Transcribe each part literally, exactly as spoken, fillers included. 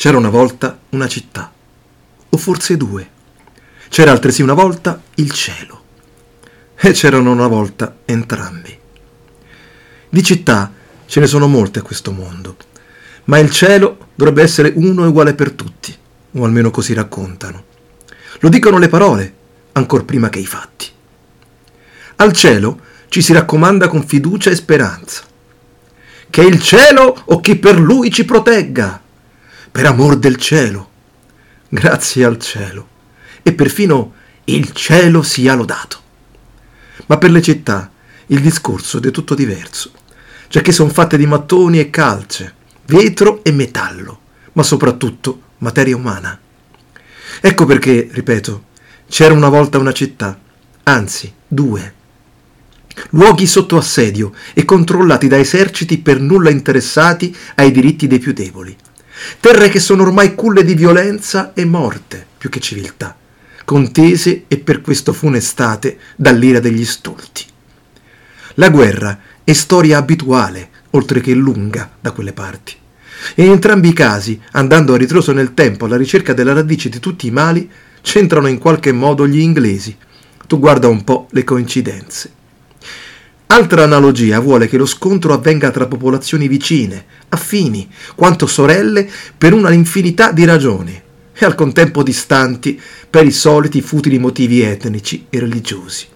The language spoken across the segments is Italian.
C'era una volta una città, o forse due. C'era altresì una volta il cielo, e c'erano una volta entrambi. Di città ce ne sono molte a questo mondo, ma il cielo dovrebbe essere uno e uguale per tutti, o almeno così raccontano. Lo dicono le parole, ancor prima che i fatti. Al cielo ci si raccomanda con fiducia e speranza. Che il cielo o chi per lui ci protegga, per amor del cielo, grazie al cielo, e perfino il cielo sia lodato. Ma per le città il discorso è del tutto diverso, giacché sono fatte di mattoni e calce, vetro e metallo, ma soprattutto materia umana. Ecco perché, ripeto, c'era una volta una città, anzi due, luoghi sotto assedio e controllati da eserciti per nulla interessati ai diritti dei più deboli, terre che sono ormai culle di violenza e morte più che civiltà, contese e per questo funestate dall'ira degli stolti. La guerra è storia abituale, oltre che lunga, da quelle parti, e in entrambi i casi, andando a ritroso nel tempo alla ricerca della radice di tutti i mali, c'entrano in qualche modo gli inglesi. Tu guarda un po' le coincidenze. Altra analogia vuole che lo scontro avvenga tra popolazioni vicine, affini, quanto sorelle, per una infinità di ragioni, e al contempo distanti per i soliti futili motivi etnici e religiosi.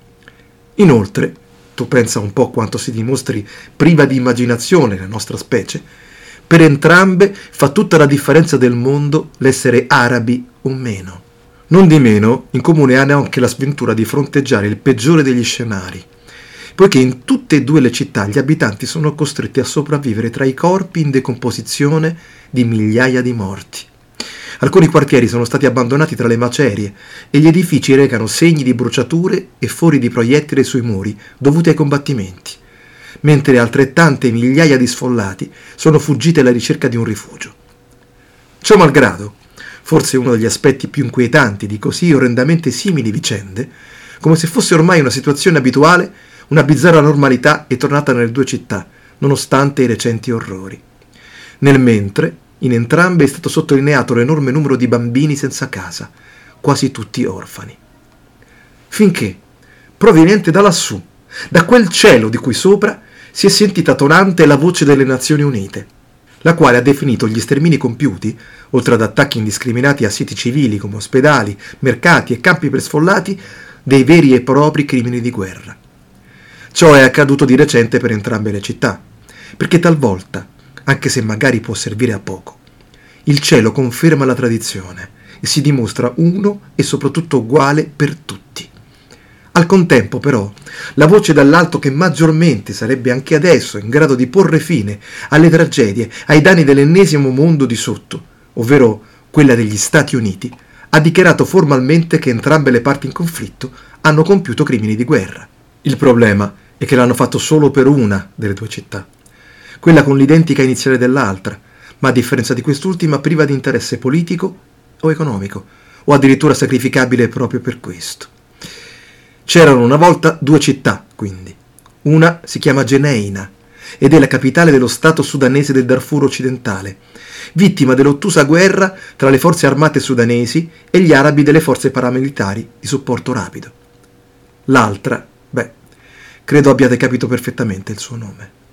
Inoltre, tu pensa un po' quanto si dimostri priva di immaginazione la nostra specie, per entrambe fa tutta la differenza del mondo l'essere arabi o meno. Non di meno, in comune hanno anche la sventura di fronteggiare il peggiore degli scenari, poiché in tutte e due le città gli abitanti sono costretti a sopravvivere tra i corpi in decomposizione di migliaia di morti. Alcuni quartieri sono stati abbandonati tra le macerie e gli edifici recano segni di bruciature e fori di proiettili sui muri dovuti ai combattimenti, mentre altrettante migliaia di sfollati sono fuggiti alla ricerca di un rifugio. Ciò malgrado, forse uno degli aspetti più inquietanti di così orrendamente simili vicende, come se fosse ormai una situazione abituale, una bizzarra normalità è tornata nelle due città, nonostante i recenti orrori. Nel mentre, in entrambe è stato sottolineato l'enorme numero di bambini senza casa, quasi tutti orfani. Finché, proveniente da lassù, da quel cielo di cui sopra, si è sentita tonante la voce delle Nazioni Unite, la quale ha definito gli stermini compiuti, oltre ad attacchi indiscriminati a siti civili come ospedali, mercati e campi per sfollati, dei veri e propri crimini di guerra. Ciò è accaduto di recente per entrambe le città, perché talvolta, anche se magari può servire a poco, il cielo conferma la tradizione e si dimostra uno e soprattutto uguale per tutti. Al contempo, però, la voce dall'alto che maggiormente sarebbe anche adesso in grado di porre fine alle tragedie, ai danni dell'ennesimo mondo di sotto, ovvero quella degli Stati Uniti, ha dichiarato formalmente che entrambe le parti in conflitto hanno compiuto crimini di guerra. Il problema è che l'hanno fatto solo per una delle due città, quella con l'identica iniziale dell'altra, ma a differenza di quest'ultima priva di interesse politico o economico, o addirittura sacrificabile proprio per questo. C'erano una volta due città, quindi. Una si chiama Geneina ed è la capitale dello stato sudanese del Darfur occidentale, vittima dell'ottusa guerra tra le forze armate sudanesi e gli arabi delle forze paramilitari di supporto rapido. L'altra, beh, credo abbiate capito perfettamente il suo nome.